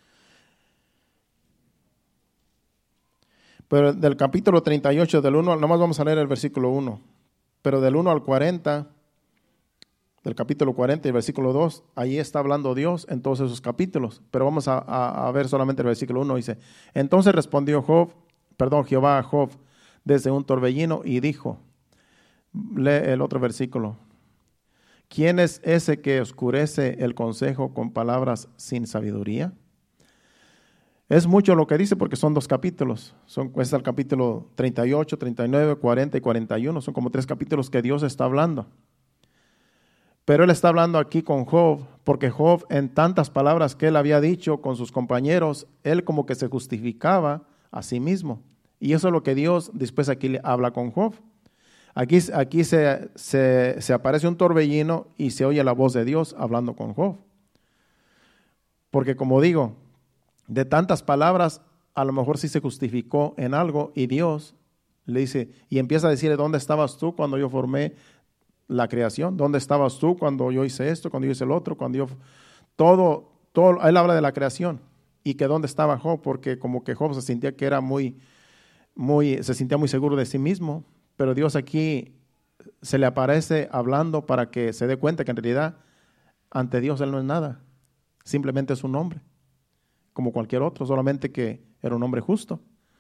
Pero del capítulo treinta y ocho, del uno, nomás vamos a leer el versículo uno. Pero del uno al cuarenta, del capítulo cuarenta y el versículo dos, ahí está hablando Dios en todos esos capítulos. Pero vamos a, a, a ver solamente el versículo uno. Dice, entonces respondió Job, perdón, Jehová a Job desde un torbellino y dijo, lee el otro versículo. ¿Quién es ese que oscurece el consejo con palabras sin sabiduría? Es mucho lo que dice porque son dos capítulos. Son, es el capítulo treinta y ocho, treinta y nueve, cuarenta y cuarenta y uno. Son como tres capítulos que Dios está hablando. Pero Él está hablando aquí con Job, porque Job, en tantas palabras que Él había dicho con sus compañeros, Él como que se justificaba a sí mismo. Y eso es lo que Dios después aquí le habla con Job. Aquí, aquí se, se, se aparece un torbellino y se oye la voz de Dios hablando con Job. Porque como digo, de tantas palabras, a lo mejor sí se justificó en algo y Dios le dice, y empieza a decirle, ¿dónde estabas tú cuando yo formé la creación? ¿Dónde estabas tú cuando yo hice esto, cuando yo hice el otro, cuando yo... Todo, todo, él habla de la creación y que dónde estaba Job, porque como que Job se sentía que era muy, muy, se sentía muy seguro de sí mismo, pero Dios aquí se le aparece hablando para que se dé cuenta que en realidad ante Dios él no es nada, simplemente es un hombre, como cualquier otro, solamente que era un hombre justo.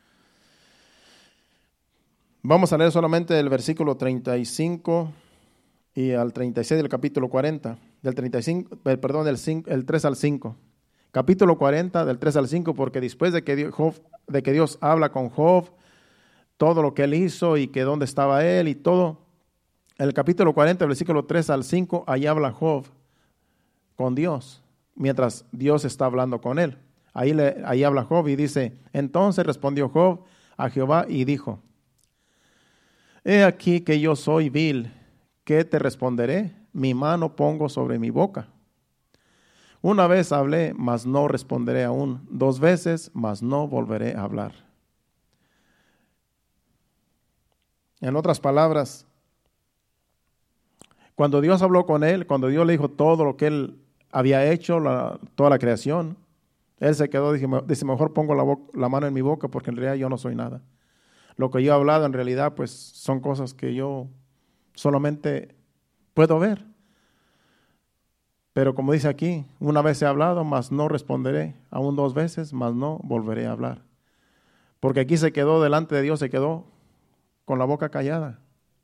Vamos a leer solamente el versículo treinta y cinco y al treinta y seis del capítulo cuarenta, del treinta y cinco, perdón, del cinco, el tres al cinco. Capítulo cuarenta, del tres al cinco, porque después de que, Dios, Job, de que Dios habla con Job, todo lo que él hizo y que dónde estaba él y todo, el capítulo cuarenta, versículo tres al cinco, ahí habla Job con Dios, mientras Dios está hablando con él. Ahí, le, ahí habla Job y dice, entonces respondió Job a Jehová y dijo, he aquí que yo soy vil, ¿qué te responderé? Mi mano pongo sobre mi boca. Una vez hablé, mas no responderé aún. Dos veces, mas no volveré a hablar. En otras palabras, cuando Dios habló con él, cuando Dios le dijo todo lo que él había hecho, la, toda la creación, él se quedó, dice, dice mejor pongo la, boca, la mano en mi boca porque en realidad yo no soy nada. Lo que yo he hablado en realidad pues son cosas que yo solamente puedo ver. Pero como dice aquí, una vez he hablado, mas no responderé, aún dos veces, mas no volveré a hablar. Porque aquí se quedó delante de Dios, se quedó con la boca callada.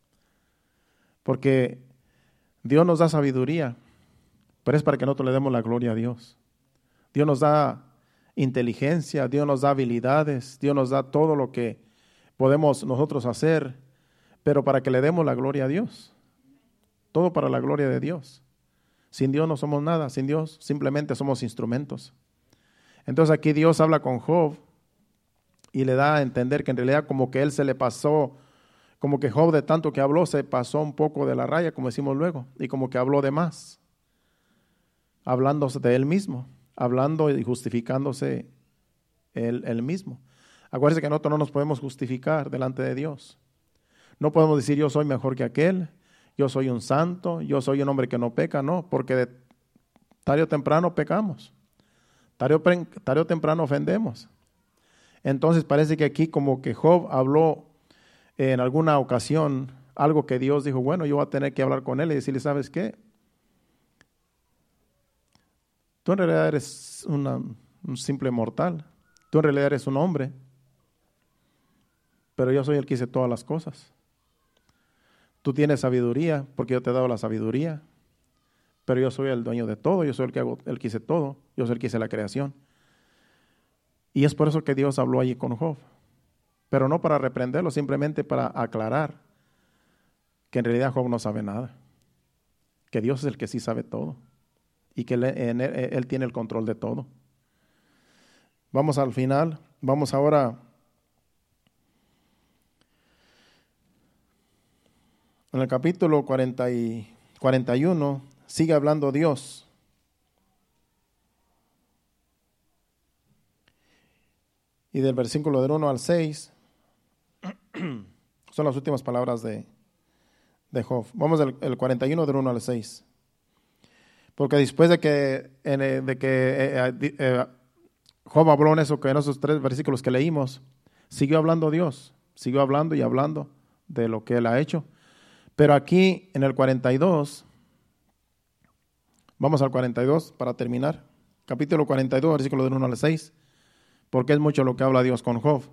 Porque Dios nos da sabiduría, pero es para que nosotros le demos la gloria a Dios. Dios nos da inteligencia, Dios nos da habilidades, Dios nos da todo lo que podemos nosotros hacer, pero para que le demos la gloria a Dios. Todo para la gloria de Dios. Sin Dios no somos nada, sin Dios simplemente somos instrumentos. Entonces aquí Dios habla con Job y le da a entender que en realidad como que él se le pasó, como que Job de tanto que habló se pasó un poco de la raya, como decimos luego, y como que habló de más, hablándose de él mismo, hablando y justificándose él, él mismo. Acuérdense que nosotros no nos podemos justificar delante de Dios. No podemos decir yo soy mejor que aquel, yo soy un santo, yo soy un hombre que no peca, no, porque de tarde o temprano pecamos, tarde o, tarde o temprano ofendemos. Entonces parece que aquí como que Job habló en alguna ocasión algo que Dios dijo, bueno, yo voy a tener que hablar con él y decirle, ¿sabes qué? Tú en realidad eres una, un simple mortal. Tú en realidad eres un hombre. Pero yo soy el que hice todas las cosas. Tú tienes sabiduría porque yo te he dado la sabiduría. Pero yo soy el dueño de todo. Yo soy el que, hago, el que hice todo. Yo soy el que hice la creación. Y es por eso que Dios habló allí con Job. Pero no para reprenderlo, simplemente para aclarar que en realidad Job no sabe nada. Que Dios es el que sí sabe todo. Y que él, él, él tiene el control de todo. Vamos al final. Vamos ahora en el capítulo cuarenta y, cuarenta y uno. Sigue hablando Dios. Y del versículo del uno al seis son las últimas palabras de, de Job. Vamos al el cuarenta y uno del uno al seis. Porque después de que, de que eh, eh, Job habló en, eso, en esos tres versículos que leímos, siguió hablando Dios, siguió hablando y hablando de lo que él ha hecho. Pero aquí en el cuarenta y dos, vamos al cuarenta y dos para terminar. Capítulo cuarenta y dos, versículo del uno al seis. Porque es mucho lo que habla Dios con Job.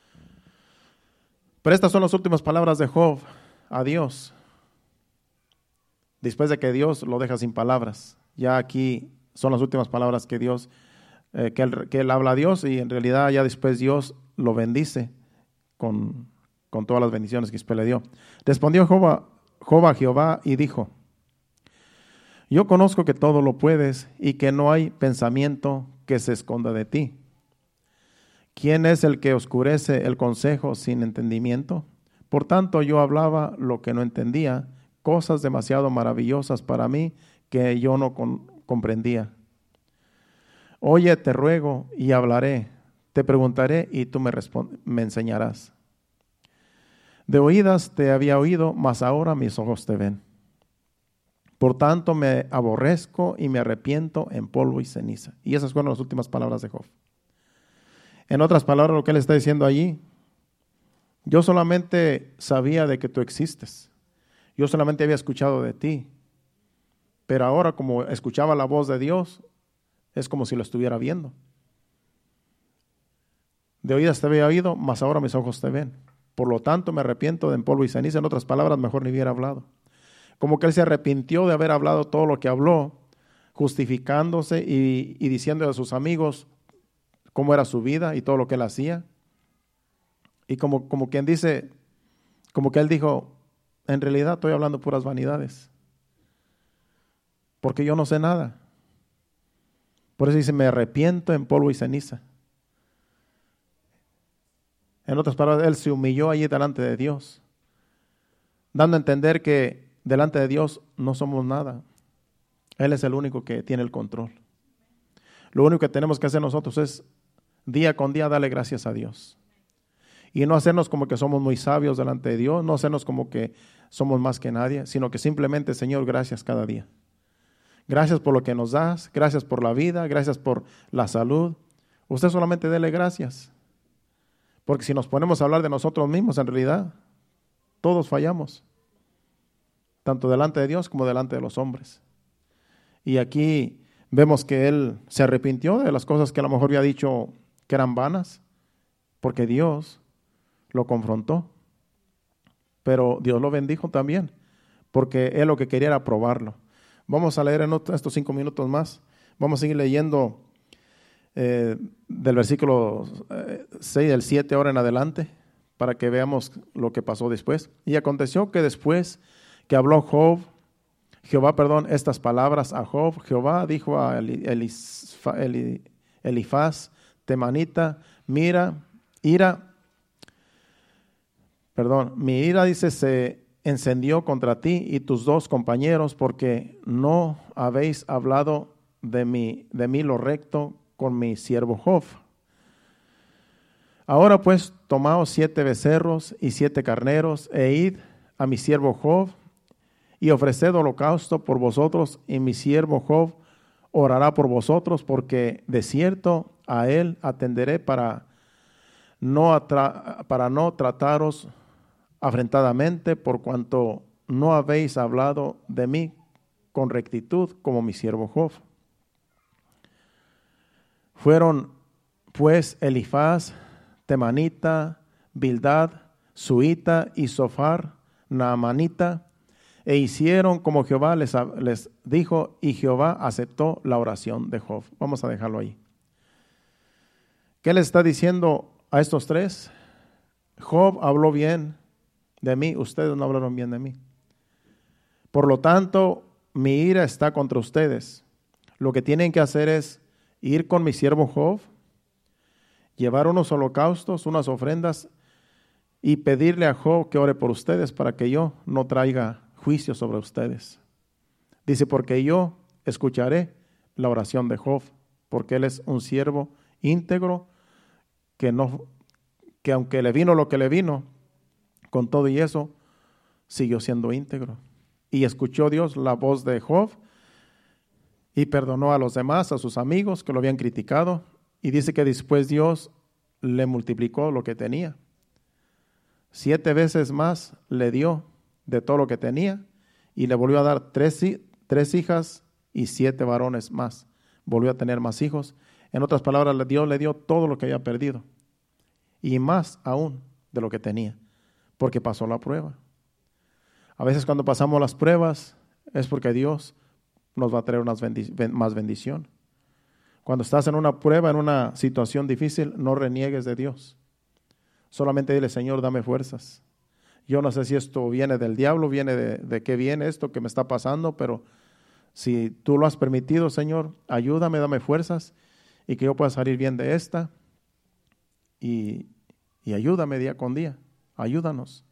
Pero estas son las últimas palabras de Job a Dios. Después de que Dios lo deja sin palabras. Ya aquí son las últimas palabras que Dios, eh, que, él, que él habla a Dios, y en realidad ya después Dios lo bendice con, con todas las bendiciones que después le dio. Respondió Job a, Job a Jehová y dijo: yo conozco que todo lo puedes y que no hay pensamiento que se esconda de ti. ¿Quién es el que oscurece el consejo sin entendimiento? Por tanto, yo hablaba lo que no entendía, cosas demasiado maravillosas para mí que yo no con, comprendía. Oye, te ruego y hablaré, te preguntaré y tú me, respond- me enseñarás. De oídas te había oído, mas ahora mis ojos te ven. Por tanto, me aborrezco y me arrepiento en polvo y ceniza. Y esas fueron las últimas palabras de Job. En otras palabras, lo que él está diciendo allí: yo solamente sabía de que tú existes. Yo solamente había escuchado de ti. Pero ahora, como escuchaba la voz de Dios, es como si lo estuviera viendo. De oídas te había oído, mas ahora mis ojos te ven. Por lo tanto, me arrepiento de en polvo y ceniza. En otras palabras, mejor ni hubiera hablado. Como que él se arrepintió de haber hablado todo lo que habló, justificándose y, y diciendo a sus amigos cómo era su vida y todo lo que él hacía. Y como, como quien dice, como que él dijo: en realidad estoy hablando puras vanidades, porque yo no sé nada. Por eso dice: me arrepiento en polvo y ceniza. En otras palabras, él se humilló allí delante de Dios, dando a entender que delante de Dios no somos nada. Él es el único que tiene el control. Lo único que tenemos que hacer nosotros es día con día darle gracias a Dios. Y no hacernos como que somos muy sabios delante de Dios, no hacernos como que somos más que nadie, sino que simplemente: Señor, gracias cada día. Gracias por lo que nos das, gracias por la vida, gracias por la salud. Usted solamente dele gracias. Porque si nos ponemos a hablar de nosotros mismos, en realidad todos fallamos, tanto delante de Dios como delante de los hombres. Y aquí vemos que él se arrepintió de las cosas que a lo mejor había dicho que eran vanas, porque Dios lo confrontó. Pero Dios lo bendijo también, porque él lo que quería era probarlo. Vamos a leer en estos cinco minutos más. Vamos a seguir leyendo eh, del versículo eh, seis, del siete ahora en adelante, para que veamos lo que pasó después. Y aconteció que después que habló Job, Jehová, perdón, estas palabras a Job, Jehová dijo a Elifaz temanita: mira, ira, perdón, mi ira, dice, se encendió contra ti y tus dos compañeros, porque no habéis hablado de mí, de mí lo recto con mi siervo Job. Ahora pues, tomaos siete becerros y siete carneros, e id a mi siervo Job, y ofreced holocausto por vosotros, y mi siervo Job orará por vosotros, porque de cierto a él atenderé para no, atra- para no trataros afrentadamente, por cuanto no habéis hablado de mí con rectitud como mi siervo Job. Fueron pues Elifaz, Temanita, Bildad, Suita y Sofar, Naamanita, e hicieron como Jehová les, les dijo, y Jehová aceptó la oración de Job. Vamos a dejarlo ahí. ¿Qué le está diciendo a estos tres? Job habló bien de mí, ustedes no hablaron bien de mí. Por lo tanto, mi ira está contra ustedes. Lo que tienen que hacer es ir con mi siervo Job, llevar unos holocaustos, unas ofrendas y pedirle a Job que ore por ustedes para que yo no traiga juicio sobre ustedes. Dice, porque yo escucharé la oración de Job, porque él es un siervo íntegro que no, que aunque le vino lo que le vino, con todo y eso, siguió siendo íntegro. Y escuchó Dios la voz de Job y perdonó a los demás, a sus amigos que lo habían criticado. Y dice que después Dios le multiplicó lo que tenía. Siete veces más le dio de todo lo que tenía y le volvió a dar tres, tres hijas y siete varones más. Volvió a tener más hijos. En otras palabras, Dios le dio todo lo que había perdido y más aún de lo que tenía, porque pasó la prueba. A veces cuando pasamos las pruebas es porque Dios nos va a traer unas bendic- más bendición. Cuando estás en una prueba, en una situación difícil, no reniegues de Dios. Solamente dile, Señor, dame fuerzas. Yo no sé si esto viene del diablo, viene de, de qué viene esto que me está pasando, pero si tú lo has permitido, Señor, ayúdame, dame fuerzas y que yo pueda salir bien de esta. Y, y ayúdame día con día, ayúdanos.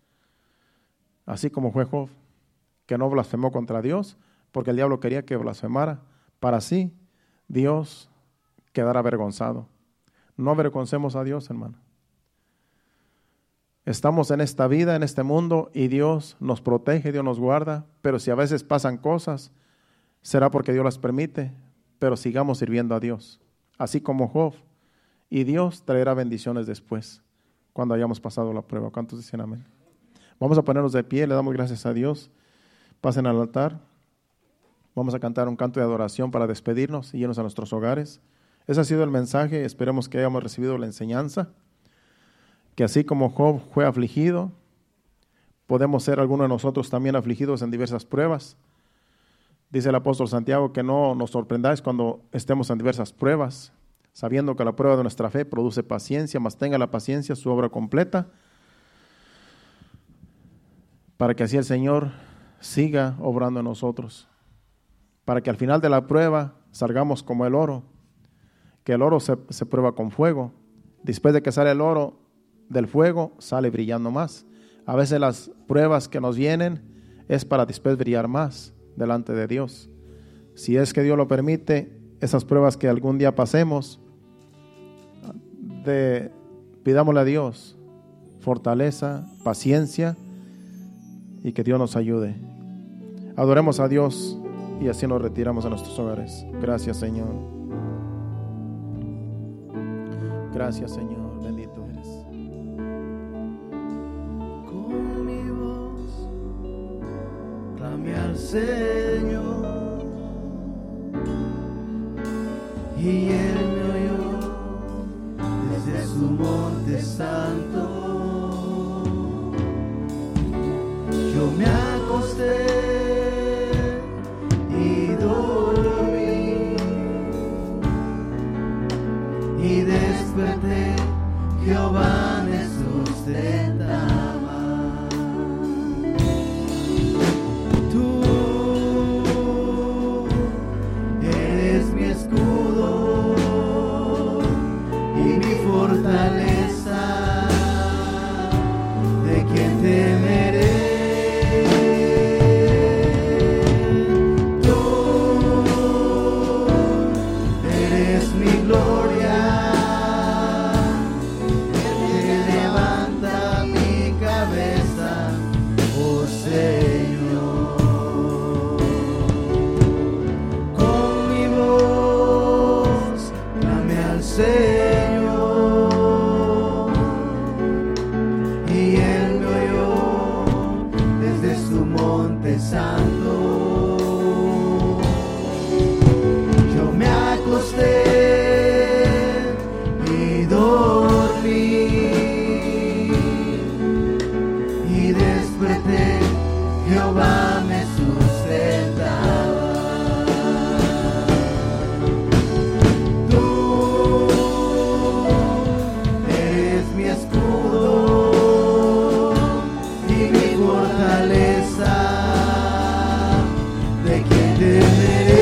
Así como fue Job, que no blasfemó contra Dios, porque el diablo quería que blasfemara, para así Dios quedara avergonzado. No avergoncemos a Dios, hermano. Estamos en esta vida, en este mundo, y Dios nos protege, Dios nos guarda, pero si a veces pasan cosas, será porque Dios las permite, pero sigamos sirviendo a Dios, así como Job, y Dios traerá bendiciones después, cuando hayamos pasado la prueba. ¿Cuántos dicen amén? Vamos a ponernos de pie, le damos gracias a Dios. Pasen al altar. Vamos a cantar un canto de adoración para despedirnos y irnos a nuestros hogares. Ese ha sido el mensaje, esperemos que hayamos recibido la enseñanza, que así como Job fue afligido, podemos ser algunos de nosotros también afligidos en diversas pruebas. Dice el apóstol Santiago que no nos sorprendáis cuando estemos en diversas pruebas, sabiendo que la prueba de nuestra fe produce paciencia, mas tenga la paciencia su obra completa, para que así el Señor siga obrando en nosotros, para que al final de la prueba salgamos como el oro, que el oro se, se prueba con fuego. Después de que sale el oro del fuego, sale brillando más. A veces las pruebas que nos vienen es para después brillar más delante de Dios. Si es que Dios lo permite, esas pruebas que algún día pasemos, de, pidámosle a Dios fortaleza, paciencia, y que Dios nos ayude. Adoremos a Dios y así nos retiramos a nuestros hogares. Gracias, Señor. Gracias, Señor. Bendito eres. Con mi voz clame al Señor y Él me oyó desde su monte santo. Yo me acosté y dormí y desperté, Jehová me sustentaba. Tú eres mi escudo y mi fortaleza, de quien temeré. Gloria, Él te levanta. eres mi escudo y mi fortaleza, ¿de quién temeré?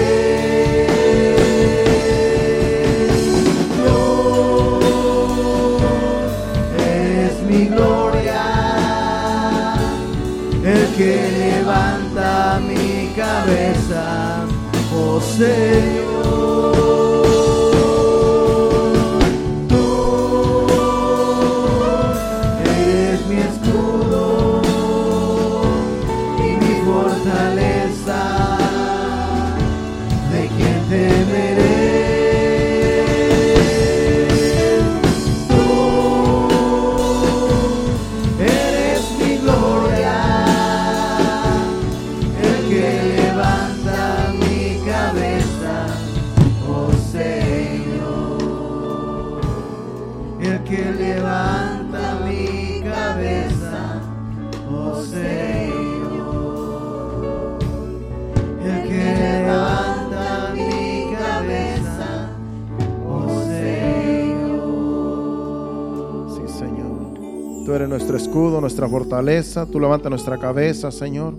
Mi gloria, el que levanta mi cabeza, oh Señor. Tú eres mi escudo y mi fortaleza, ¿de quién temeré? Que levanta mi cabeza, oh Señor, el que levanta mi cabeza, oh Señor. Sí, Señor, tú eres nuestro escudo, nuestra fortaleza, tú levantas nuestra cabeza, Señor.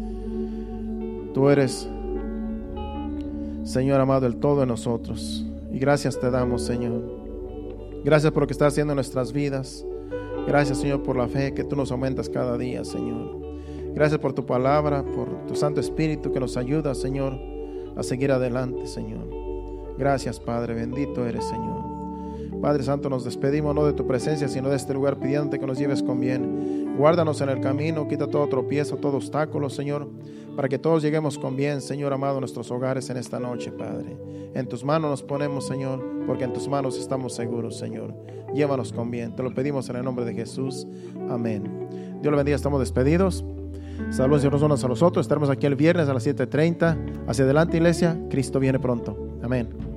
Tú eres, Señor amado, el todo en nosotros, y gracias te damos, Señor. Gracias por lo que estás haciendo en nuestras vidas. Gracias, Señor, por la fe que tú nos aumentas cada día, Señor. Gracias por tu palabra, por tu Santo Espíritu que nos ayuda, Señor, a seguir adelante, Señor. Gracias, Padre, bendito eres, Señor. Padre Santo, nos despedimos no de tu presencia, sino de este lugar, pidiéndote que nos lleves con bien. Guárdanos en el camino, quita todo tropiezo, todo obstáculo, Señor, para que todos lleguemos con bien, Señor amado, a nuestros hogares en esta noche, Padre. En tus manos nos ponemos, Señor, porque en tus manos estamos seguros, Señor. Llévanos con bien, te lo pedimos en el nombre de Jesús. Amén. Dios le bendiga, estamos despedidos. Saludos y unos a los otros. Estaremos aquí el viernes a las siete treinta. Hacia adelante, iglesia. Cristo viene pronto. Amén.